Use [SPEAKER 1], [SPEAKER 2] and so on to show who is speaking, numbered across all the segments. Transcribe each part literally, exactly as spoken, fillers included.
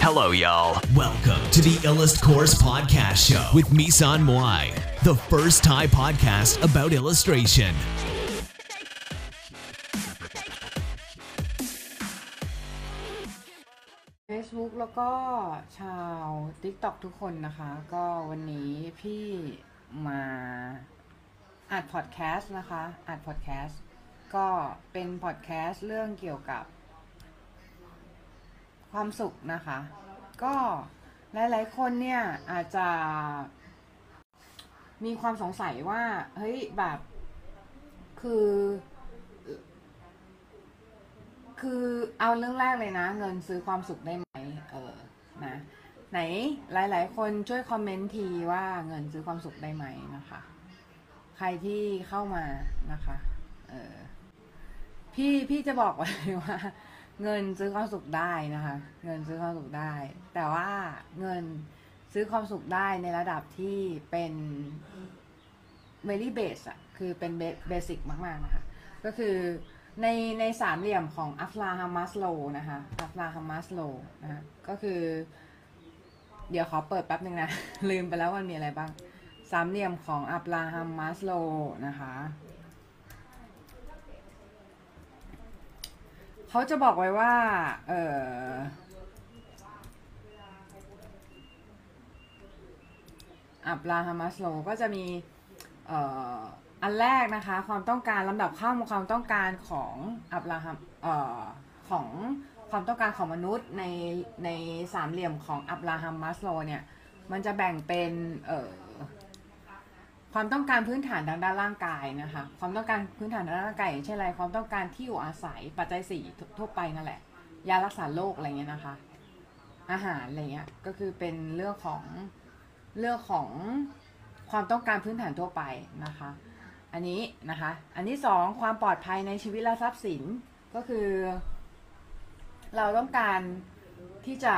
[SPEAKER 1] Hello, y'all. Welcome to the Illust Course Podcast Show with Misan Moai, the first Thai podcast about illustration.
[SPEAKER 2] Facebook แล้วก็ชาว TikTok ทุกคนนะคะก็วันนี้พี่มาอัดพอดแคสต์นะคะอัดพอดแคสต์ก็เป็นพอดแคสต์เรื่องเกี่ยวกับความสุขนะคะก็หลายๆคนเนี่ยอาจจะมีความสงสัยว่าเฮ้ยแบบคือคือเอาเรื่องแรกเลยนะเงินซื้อความสุขได้ไหมเออนะไหนหลายๆคนช่วยคอมเมนต์ทีว่าเงินซื้อความสุขได้ไหมนะคะใครที่เข้ามานะคะเออพี่พี่จะบอกไว้เลยว่าเงินซื้อความสุขได้นะคะเงินซื้อความสุขได้แต่ว่าเงินซื้อความสุขได้ในระดับที่เป็น very base อะคือเป็นเบสิกมากๆนะคะก็คือในในสามเหลี่ยมของอัฟราฮัม มัสโลว์นะคะอัฟราฮัม มัสโลว์นะคะก็คือเดี๋ยวขอเปิดแป๊บนึงนะ ลืมไปแล้วว่ามีอะไรบ้างสามเหลี่ยมของอัฟราฮัม มัสโลว์นะคะเขาจะบอกไว้ว่าเอ่ออัฟราฮัม มัสโลว์ก็จะมีเอ่ออันแรกนะคะความต้องการลำดับขั้นความต้องการของอับราฮัมเอ่อของความต้องการของมนุษย์ในในสามเหลี่ยมของอับราฮัม มัสโลว์เนี่ยมันจะแบ่งเป็นเอ่อความต้องการพื้นฐานทางด้านร่างกายนะคะความต้องการพื้นฐานทางด้านร่างกายอย่างเช่นอะไรความต้องการที่อยู่อาศัยปัจจัยสี่ทั่วไปนั่นแหละยารักษาโรคอะไรเงี้ยนะคะอาหารอะไรเงี้ยก็คือเป็นเรื่องของเรื่องของความต้องการพื้นฐานทั่วไปนะคะอันนี้นะคะอันที่สองความปลอดภัยในชีวิตและทรัพย์สินก็คือเราต้องการที่จะ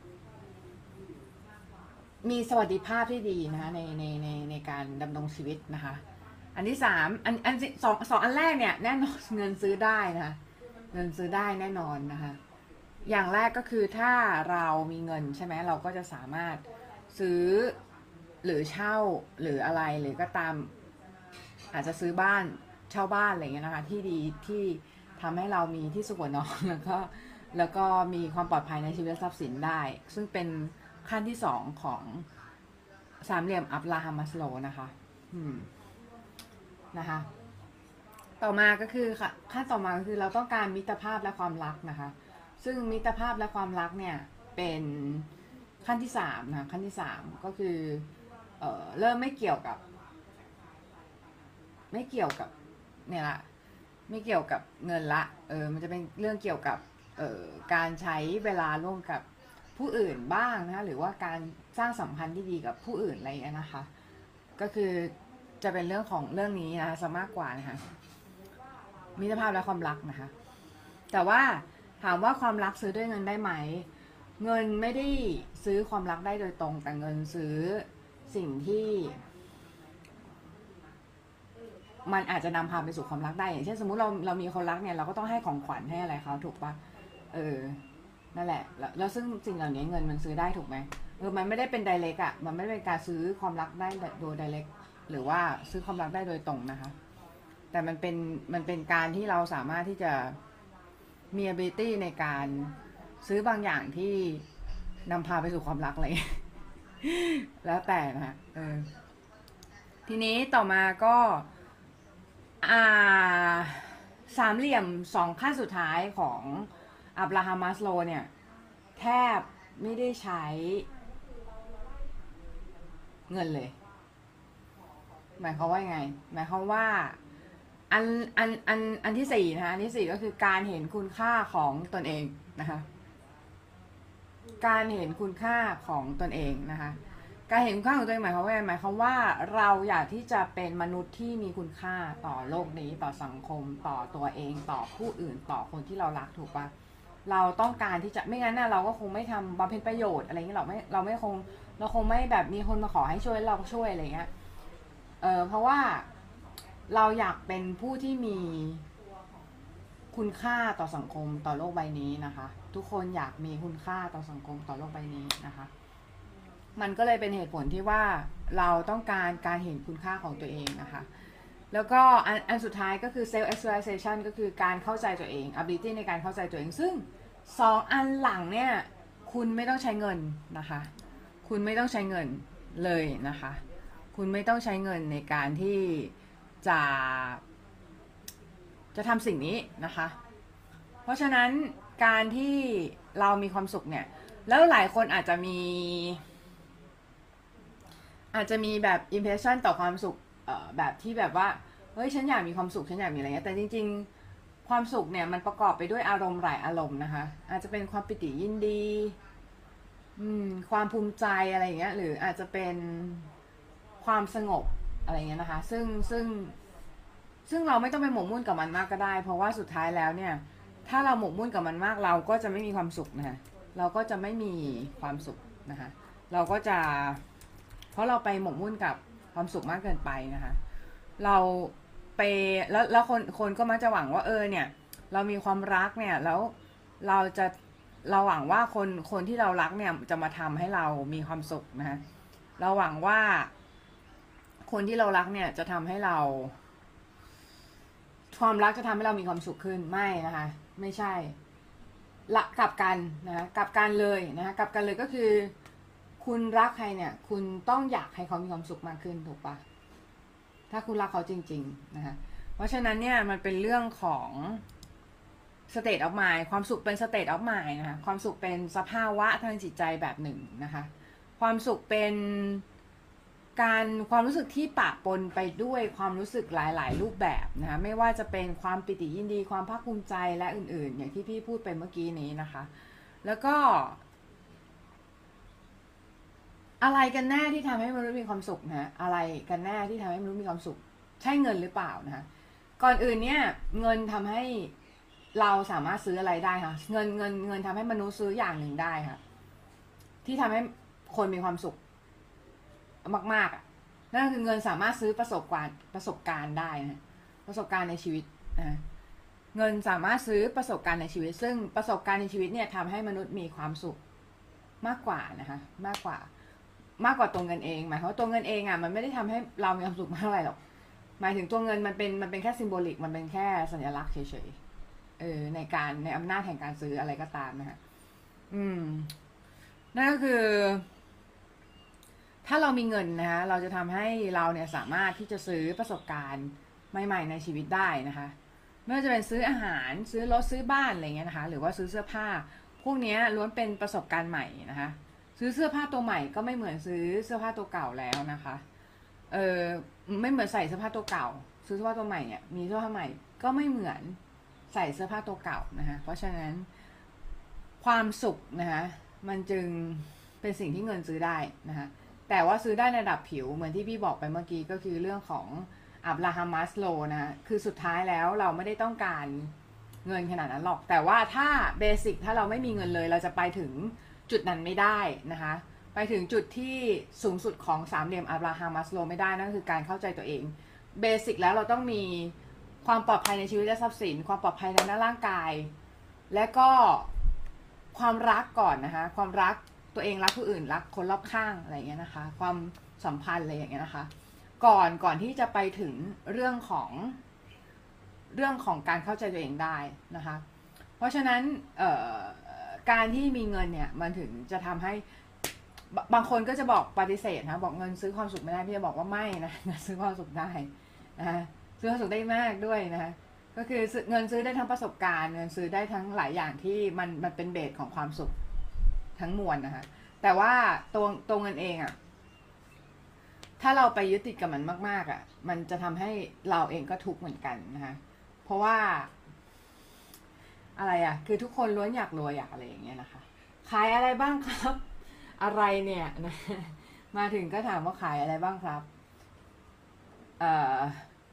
[SPEAKER 2] มีสวัสดิภาพที่ดีนะคะในในในในการดำรงชีวิตนะคะอันที่สามอันอันสองสองอันแรกเนี่ยแน่นอนเงินซื้อได้นะคะเงินซื้อได้แน่นอนนะคะอย่างแรกก็คือถ้าเรามีเงินใช่ไหมเราก็จะสามารถซื้อหรือเช่าหรืออะไรหรือก็ตามอาจจะซื้อบ้านเช่าบ้านอะไรเงี้ยนะคะที่ดีที่ทำให้เรามีที่สุขนอนแล้วก็แล้วก็มีความปลอดภัยในชีวิตทรัพย์สินได้ซึ่งเป็นขั้นที่สองของสามเหลี่ยมอับราฮัม มัสโลว์นะคะอืมนะคะต่อมาก็คือค่ะขั้นต่อมาก็คือเราต้องการมิตรภาพและความรักนะคะซึ่งมิตรภาพและความรักเนี่ยเป็นขั้นที่สามนะขั้นที่สามก็คือเอ่อเริ่มไม่เกี่ยวกับไม่เกี่ยวกับเนี่ยละไม่เกี่ยวกับเงินละเออมันจะเป็นเรื่องเกี่ยวกับเอ่อการใช้เวลาร่วมกับผู้อื่นบ้างนะคะหรือว่าการสร้างสัมพันธ์ที่ดีกับผู้อื่นอะไรอย่างนี้นะคะก็คือจะเป็นเรื่องของเรื่องนี้นะคะซะมากกว่านะคะมิตรภาพและความรักนะคะแต่ว่าถามว่าความรักซื้อด้วยเงินได้ไหมเงินไม่ได้ซื้อความรักได้โดยตรงแต่เงินซื้อสิ่งที่มันอาจจะนำพาไปสู่ความรักได้อย่างเช่นสมมุติเราเรามีคนรักเนี่ยเราก็ต้องให้ของขวัญให้อะไรเขาถูกปะเออนั่นแหละแล้วแล้วซึ่งสิ่งเหล่านี้เงินมันซื้อได้ถูกไหมเออมันไม่ได้เป็นไดเรกอะมันไม่ได้เป็นการซื้อความรักได้โดยไดเรกหรือว่าซื้อความรักได้โดยตรงนะคะแต่มันเป็นมันเป็นการที่เราสามารถที่จะมี ability ในการซื้อบางอย่างที่นำพาไปสู่ความรักอะไร แล้วแต่นะเออทีนี้ต่อมาก็อ่าสามเหลี่ยมสองขั้นสุดท้ายของอับราฮัม มัสโลว์เนี่ยแทบไม่ได้ใช้เงินเลยหมายความว่ายังไงหมายความว่าอันอันอันอันที่สี่นะคะอันที่สี่ก็คือการเห็นคุณค่าของตนเองนะคะการเห็นคุณค่าของตนเองนะคะการเห็นคุณค่าของตัวเองหมายความว่าหมายความว่าเราอยากที่จะเป็นมนุษย์ที่มีคุณค่าต่อโลกนี้ต่อสังคมต่อตัวเองต่อผู้อื่นต่อคนที่เรารักถูกปะเราต้องการที่จะไม่งั้นนะเราก็คงไม่ทำบำเพ็ญประโยชน์อะไรเงี้ยเราไม่เราไม่คงเราคงไม่แบบมีคนมาขอให้ช่วยเราช่วยอะไรเงี้ยเออเพราะว่าเราอยากเป็นผู้ที่มีคุณค่าต่อสังคมต่อโลกใบนี้นะคะทุกคนอยากมีคุณค่าต่อสังคมต่อโลกใบนี้นะคะมันก็เลยเป็นเหตุผลที่ว่าเราต้องการการเห็นคุณค่าของตัวเองนะคะแล้วก็อันอันสุดท้ายก็คือ self actualization ก็คือการเข้าใจตัวเอง ability ในการเข้าใจตัวเองซึ่งสองอันหลังเนี่ยคุณไม่ต้องใช้เงินนะคะคุณไม่ต้องใช้เงินเลยนะคะคุณไม่ต้องใช้เงินในการที่จะจะทำสิ่งนี้นะคะเพราะฉะนั้นการที่เรามีความสุขเนี่ยแล้วหลายคนอาจจะมีอาจจะมีแบบ impression ต่อความสุขเอ่อแบบที่แบบว่าเฮ้ยฉันอยากมีความสุขฉันอยากมีอะไรเงี้ยแต่จริงๆความสุขเนี่ยมันประกอบไปด้วยอารมณ์หลายอารมณ์นะคะอาจจะเป็นความปิติยินดีอืมความภูมิใจอะไรอย่างเงี้ยหรืออาจจะเป็นความสงบอะไรเงี้ยนะคะซึ่งซึ่งซึ่งเราไม่ต้องไปหมกมุ่นกับมันมากก็ได้เพราะว่าสุดท้ายแล้วเนี่ยถ้าเราหมกมุ่นกับมันมากเราก็จะไม่มีความสุขนะคะเราก็จะไม่มีความสุขนะคะเราก็จะเพราะเราไปหมกมุ่นกับความสุขมากเกินไปนะคะเราไปแล้วแล้วคนคนก็มักจะหวังว่าเออเนี่ยเรามีความรักเนี่ยแล้วเราจะเราหวังว่าคนคนที่เรารักเนี่ยจะมาทำให้เรามีความสุขนะคะเราหวังว่าคนที่เรารักเนี่ยจะทำให้เราความรักจะทำให้เรามีความสุขขึ้นไม่นะคะไม่ใช่ละกลับกันนะคะกลับกันเลยนะคะกลับกันเลยก็คือคุณรักใครเนี่ยคุณต้องอยากให้เขามีความสุขมากขึ้นถูกปะถ้าคุณรักเขาจริงๆนะคะเพราะฉะนั้นเนี่ยมันเป็นเรื่องของ state of mind ความสุขเป็น state of mind นะคะความสุขเป็นสภาวะทางจิตใจแบบหนึ่งนะคะความสุขเป็นการความรู้สึกที่ปะปนไปด้วยความรู้สึกหลายๆรูปแบบนะคะไม่ว่าจะเป็นความปิติยินดีความภาคภูมิใจและอื่นๆอย่างที่พี่พูดไปเมื่อกี้นี้นะคะแล้วก็อะไรกันแน่ที่ทำให้มนุษย์มีความสุขนะอะไรกันแน่ที่ทำให้มนุษย์มีความสุขใช่เงินหรือเปล่านะคะก่อนอื่นเนี่ยเงินทำให้เราสามารถซื้ออะไรได้ค่ะเงินเงินเงินทำให้มนุษย์ซื้ออย่างหนึ่งได้ค่ะที่ทำให้คนมีความสุขมากๆอ่ะนั่นคือเงินสามารถซื้อประสบการณ์ประสบการณ์ได้นะประสบการณ์ในชีวิตนะเงินสามารถซื้อประสบการณ์ในชีวิตซึ่งประสบการณ์ในชีวิตเนี่ยทำให้มนุษย์มีความสุขมากกว่านะคะมากกว่ามากกว่าตัวเงินเองหมายความว่าตัวเงินเองอ่ะมันไม่ได้ทำให้เรามีความสุขมากอะไรหรอกหมายถึงตัวเงินมันเป็นมันเป็นแค่ซิมโบลิกมันเป็นแค่สัญลักษณ์เฉยๆเออในการในอำนาจแห่งการซื้ออะไรก็ตามนะคะอืมนั่นก็คือถ้าเรามีเงินนะคะเราจะทำให้เราเนี่ยสามารถที่จะซื้อประสบการณ์ใหม่ๆในชีวิตได้นะคะไม่ว่าจะเป็นซื้ออาหารซื้อรถซื้อบ้านอะไรเงี้ยนะคะหรือว่าซื้อเสื้อผ้าพวกนี้ล้วนเป็นประสบการณ์ใหม่นะคะซื้อเสื้อผ้าตัวใหม่ก็ไม่เหมือนซื้อเสื้อผ้าตัวเก่าแล้วนะคะเออไม่เหมือนใส่เสื้อผ้าตัวเก่าซื้อเสื้อผ้าตัวใหม่เนี่ยมีเสื้อผ้าใหม่ก็ไม่เหมือนใส่เสื้อผ้าตัวเก่านะคะเพราะฉะนั้นความสุขนะคะมันจึงเป็นสิ่งที่เงินซื้อได้นะคะแต่ว่าซื้อได้ในระดับผิวเหมือนที่พี่บอกไปเมื่อกี้ก็คือเรื่องของอับราฮัม มัสโลว์นะคะคือสุดท้ายแล้วเราไม่ได้ต้องการเงินขนาดนั้นหรอกแต่ว่าถ้าเบสิกถ้าเราไม่มีเงินเลยเราจะไปถึงจุดนั้นไม่ได้นะคะไปถึงจุดที่สูงสุดของสามเหลี่ยมอับราฮัม มัสโลว์ไม่ได้นั่นคือการเข้าใจตัวเองเบสิกแล้วเราต้องมีความปลอดภัยในชีวิตและทรัพย์สินความปลอดภัยทางด้านร่างกายและก็ความรักก่อนนะคะความรักตัวเองรักผู้อื่นรักคนรอบข้างอะไรอย่างเงี้ยนะคะความสัมพันธ์อะไรอย่างเงี้ยนะคะก่อนก่อนที่จะไปถึงเรื่องของเรื่องของการเข้าใจตัวเองได้นะคะเพราะฉะนั้นการที่มีเงินเนี่ยมันถึงจะทำให้บางคนก็จะบอกปฏิเสธนะบอกเงินซื้อความสุขไม่ได้พี่จะบอกว่าไม่นะเงินซื้อความสุขได้นะซื้อความสุขได้มากด้วยนะก็คือเงินซื้อได้ทั้งประสบการณ์เงินซื้อได้ทั้งหลายอย่างที่มันมันเป็นเบสของความสุขทั้งมวลนะคะแต่ว่าตัวตัวเงินเองอ่ะถ้าเราไปยึดติดกับมันมากๆอ่ะมันจะทำให้เราเองก็ทุกข์เหมือนกันนะคะเพราะว่าอะไรอ่ะคือทุกคนล้วนอยากรวยอยากอะไรอย่างเงี้ยนะคะขายอะไรบ้างครับอะไรเนี่ยนะมาถึงก็ถามว่าขายอะไรบ้างครับเอ่อ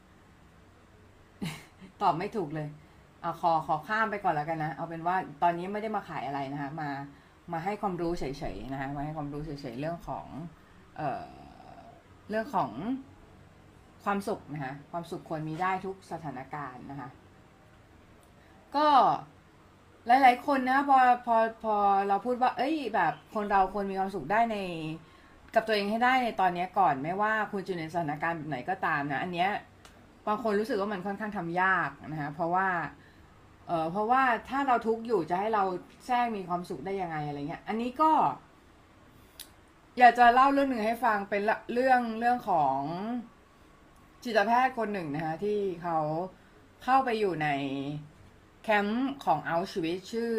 [SPEAKER 2] ตอบไม่ถูกเลยเอาขอขอข้ามไปก่อนแล้วกันนะเอาเป็นว่าตอนนี้ไม่ได้มาขายอะไรนะคะมามาให้ความรู้เฉยๆนะคะมาให้ความรู้เฉยๆเรื่องของเอ่อเรื่องของความสุขนะคะความสุขควรมีได้ทุกสถานการณ์นะคะก็หลายๆคนนะพอพอพอเราพูดว่าเอ้ยแบบคนเราควรมีความสุขได้ในกับตัวเองให้ได้ในตอนนี้ก่อนไม่ว่าคุณจะอยู่ในสถานการณ์แบบไหนก็ตามนะอันเนี้ยบางคนรู้สึกว่ามันค่อนข้างทำยากนะคะเพราะว่าเออเพราะว่าถ้าเราทุกข์อยู่จะให้เราแทรกมีความสุขได้ยังไงอะไรเงี้ยอันนี้ก็อยากจะเล่าเรื่องหนึ่งให้ฟังเป็นเรื่องเรื่องของจิตแพทย์คนหนึ่งนะคะที่เขาเข้าไปอยู่ในแคมป์ของอัลชวิตชื่อ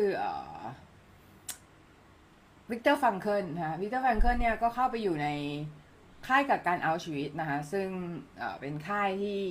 [SPEAKER 2] วิกเตอร์ฟังเคิลนะคะวิกเตอร์ฟังเคิลเนี่ยก็เข้าไปอยู่ในค่ายกักกันอัลชวิตนะคะซึ่งเป็นค่ายที่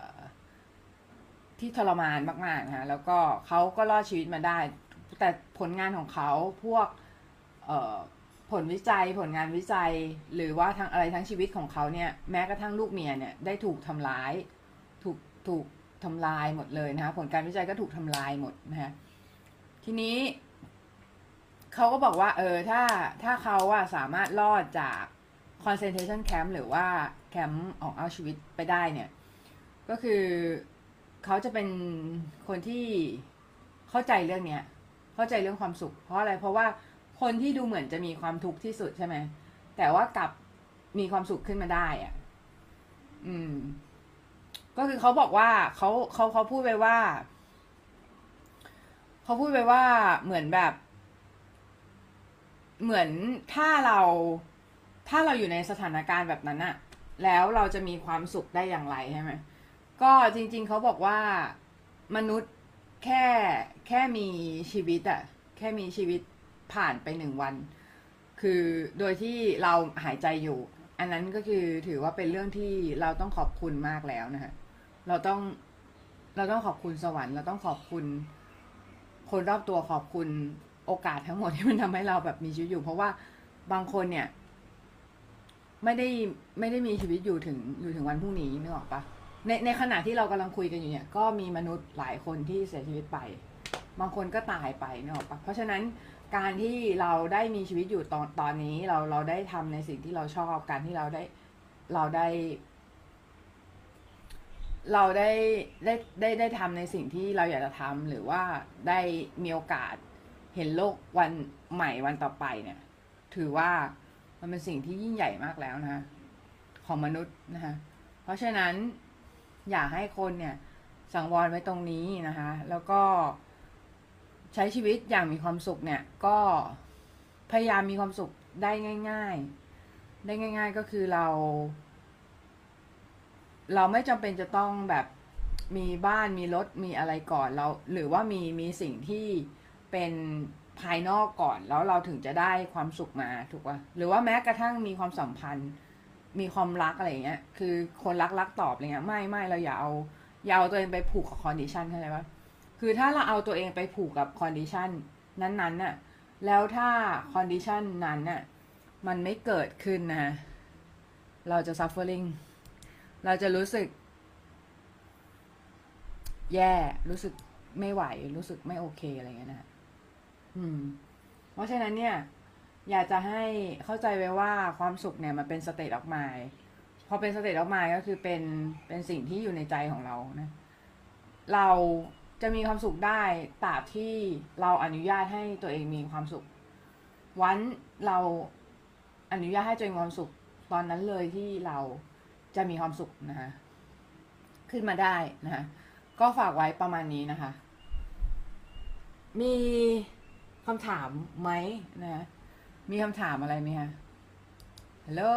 [SPEAKER 2] ที่ทรมานมากๆนะคะแล้วก็เขาก็รอดชีวิตมาได้แต่ผลงานของเขาพวกผลวิจัยผลงานวิจัยหรือว่าทั้งอะไรทั้งชีวิตของเขาเนี่ยแม้กระทั่งลูกเมียเนี่ยได้ถูกทำร้ายถูกถูกทำลายหมดเลยนะคะผลการวิจัยก็ถูกทำลายหมดนะคะทีนี้เขาก็บอกว่าเออถ้าถ้าเขาอะสามารถรอดจาก concentration camp หรือว่าแคมป์ของเอาชีวิตไปได้เนี่ยก็คือเขาจะเป็นคนที่เข้าใจเรื่องเนี้ยเข้าใจเรื่องความสุขเพราะอะไรเพราะว่าคนที่ดูเหมือนจะมีความทุกข์ที่สุดใช่ไหมแต่ว่ากลับมีความสุขขึ้นมาได้อ่ะอืมก็คือเขาบอกว่าเขาเขาเขาพูดไปว่าเขาพูดไปว่าเหมือนแบบเหมือนถ้าเราถ้าเราอยู่ในสถานการณ์แบบนั้นอะแล้วเราจะมีความสุขได้อย่างไรใช่ไหมก็จริงๆเขาบอกว่ามนุษย์แค่แค่มีชีวิตอะแค่มีชีวิตผ่านไปหนึ่งวันคือโดยที่เราหายใจอยู่อันนั้นก็คือถือว่าเป็นเรื่องที่เราต้องขอบคุณมากแล้วนะฮะเราต้องเราต้องขอบคุณสวรรค์เราต้องขอบคุณคนรอบตัวขอบคุณโอกาสทั้งหมดที่มันทำให้เราแบบมีชีวิตอยู่เพราะว่าบางคนเนี่ยไม่ได้ไม่ได้มีชีวิตอยู่ถึงอยู่ถึงวันพรุ่งนี้นึกออกปะในในขณะที่เรากำลังคุยกันอยู่เนี่ยก็มีมนุษย์หลายคนที่เสียชีวิตไปบางคนก็ตายไปนึกออกปะเพราะฉะนั้นการที่เราได้มีชีวิตอยู่ตอนตอนนี้เราเราได้ทำในสิ่งที่เราชอบการที่เราได้เราได้เราได้ได้ได้ได้ทำในสิ่งที่เราอยากจะทำหรือว่าได้มีโอกาสเห็นโลกวันใหม่วันต่อไปเนี่ยถือว่ามันเป็นสิ่งที่ยิ่งใหญ่มากแล้วนะคะของมนุษย์นะคะเพราะฉะนั้นอยากให้คนเนี่ยสังวรไว้ตรงนี้นะคะแล้วก็ใช้ชีวิตอย่างมีความสุขเนี่ยก็พยายามมีความสุขได้ง่ายๆได้ง่ายๆก็คือเราเราไม่จำเป็นจะต้องแบบมีบ้านมีรถมีอะไรก่อนเราหรือว่ามีมีสิ่งที่เป็นภายนอกก่อนแล้วเราถึงจะได้ความสุขมาถูกป่ะหรือว่าแม้กระทั่งมีความสัมพันธ์มีความรักอะไรเงี้ยคือคนรักรักตอบอะไรเงี้ยไม่ไม่เราอย่าเอาอย่าเอาตัวเองไปผูกกับคอนดิชันเข้าใจป่ะคือถ้าเราเอาตัวเองไปผูกกับคอนดิชันนั้นๆน่ะแล้วถ้าคอนดิชันนั้นน่ะมันไม่เกิดขึ้นนะเราจะ suffering เราจะรู้สึกแย่รู้สึกไม่ไหวรู้สึกไม่โอเคอะไรเงี้ยนะอืมเพราะฉะนั้นเนี่ยอยากจะให้เข้าใจไว้ว่าความสุขเนี่ยมันเป็นสเตตออฟมายด์พอเป็นสเตตออฟมายด์ก็คือเป็นเป็นสิ่งที่อยู่ในใจของเรานะเราจะมีความสุขได้ตราบที่เราอนุญาตให้ตัวเองมีความสุขวันเราอนุญาตให้ตัวเองมีความสุขตอนนั้นเลยที่เราจะมีความสุขนะคะขึ้นมาได้นะคะก็ฝากไว้ประมาณนี้นะคะมีคำถามไหมนะมีคำถามอะไรไหมคะฮัลโหล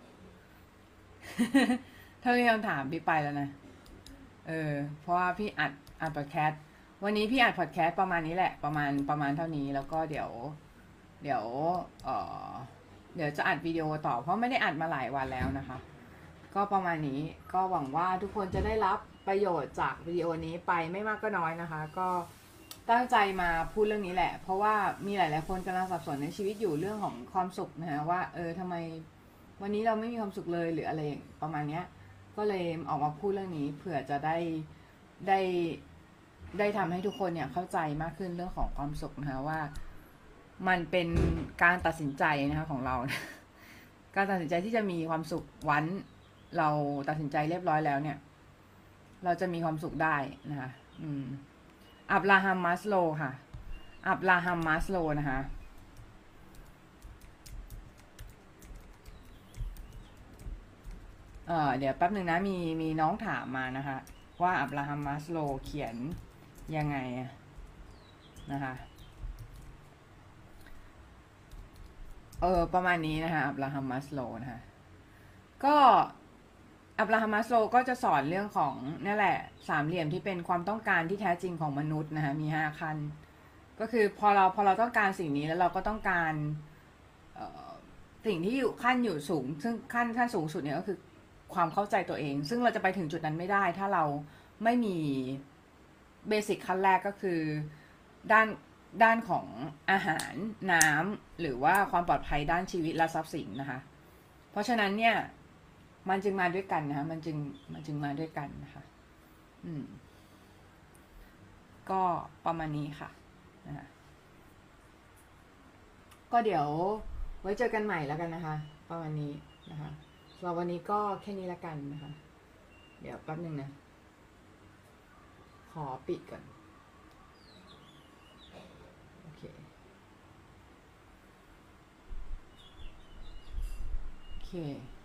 [SPEAKER 2] ถ้ามีคำถามพี่ไปแล้วนะเออเพราะว่าพี่อัดอัดพอดแคสต์วันนี้พี่อัดพอดแคสต์ประมาณนี้แหละประมาณประมาณเท่านี้แล้วก็เดี๋ยวเดี๋ยวเออเดี๋ยวจะอัดวิดีโอต่อเพราะไม่ได้อัดมาหลายวันแล้วนะคะก็ประมาณนี้ก็หวังว่าทุกคนจะได้รับประโยชน์จากวิดีโอนี้ไปไม่มากก็น้อยนะคะก็ตั้งใจมาพูดเรื่องนี้แหละเพราะว่ามีหลายๆคนกำลังสับสนในชีวิตอยู่เรื่องของความสุขนะคะว่าเออทำไมวันนี้เราไม่มีความสุขเลยหรืออะไรประมาณเนี้ยก็เลยออกมาพูดเรื่องนี้เผื่อจะได้ได้ได้ทำให้ทุกคนเนี่ยเข้าใจมากขึ้นเรื่องของความสุขนะคะว่ามันเป็นการตัดสินใจนะคะของเราการตัดสินใจที่จะมีความสุขวันเราตัดสินใจเรียบร้อยแล้วเนี่ยเราจะมีความสุขได้นะคะอืมอับราฮัม มัสโลว์ค่ะอับราฮัม มัสโลว์นะคะเออเดี๋ยวแป๊บหนึ่งนะมีมีน้องถามมานะคะว่าอับราฮัม มัสโลว์เขียนยังไงนะคะเออประมาณนี้นะคะอับราฮัม มัสโลว์นะคะก็อับราฮัม มัสโลว์ก็จะสอนเรื่องของนี่แหละสามเหลี่ยมที่เป็นความต้องการที่แท้จริงของมนุษย์นะคะมีห้าขั้นก็คือพอเราพอเราต้องการสิ่งนี้แล้วเราก็ต้องการสิ่งที่อยู่ขั้นอยู่สูงซึ่งขั้นขั้นสูงสุดเนี่ยก็คือความเข้าใจตัวเองซึ่งเราจะไปถึงจุดนั้นไม่ได้ถ้าเราไม่มีเบสิกขั้นแรกก็คือด้านด้านของอาหารน้ำหรือว่าความปลอดภัยด้านชีวิตและทรัพย์สินนะคะเพราะฉะนั้นเนี่ยมันจึงมาด้วยกันนะคะมันจึงมันจึงมาด้วยกันนะคะอืมก็ประมาณนี้ค่ะนะคะก็เดี๋ยวไว้เจอกันใหม่แล้วกันนะคะประมาณนี้นะคะสำหรับวันนี้ก็แค่นี้ละกันนะคะเดี๋ยวแป๊บนึงนะขอปิดก่อนโอเคโอเค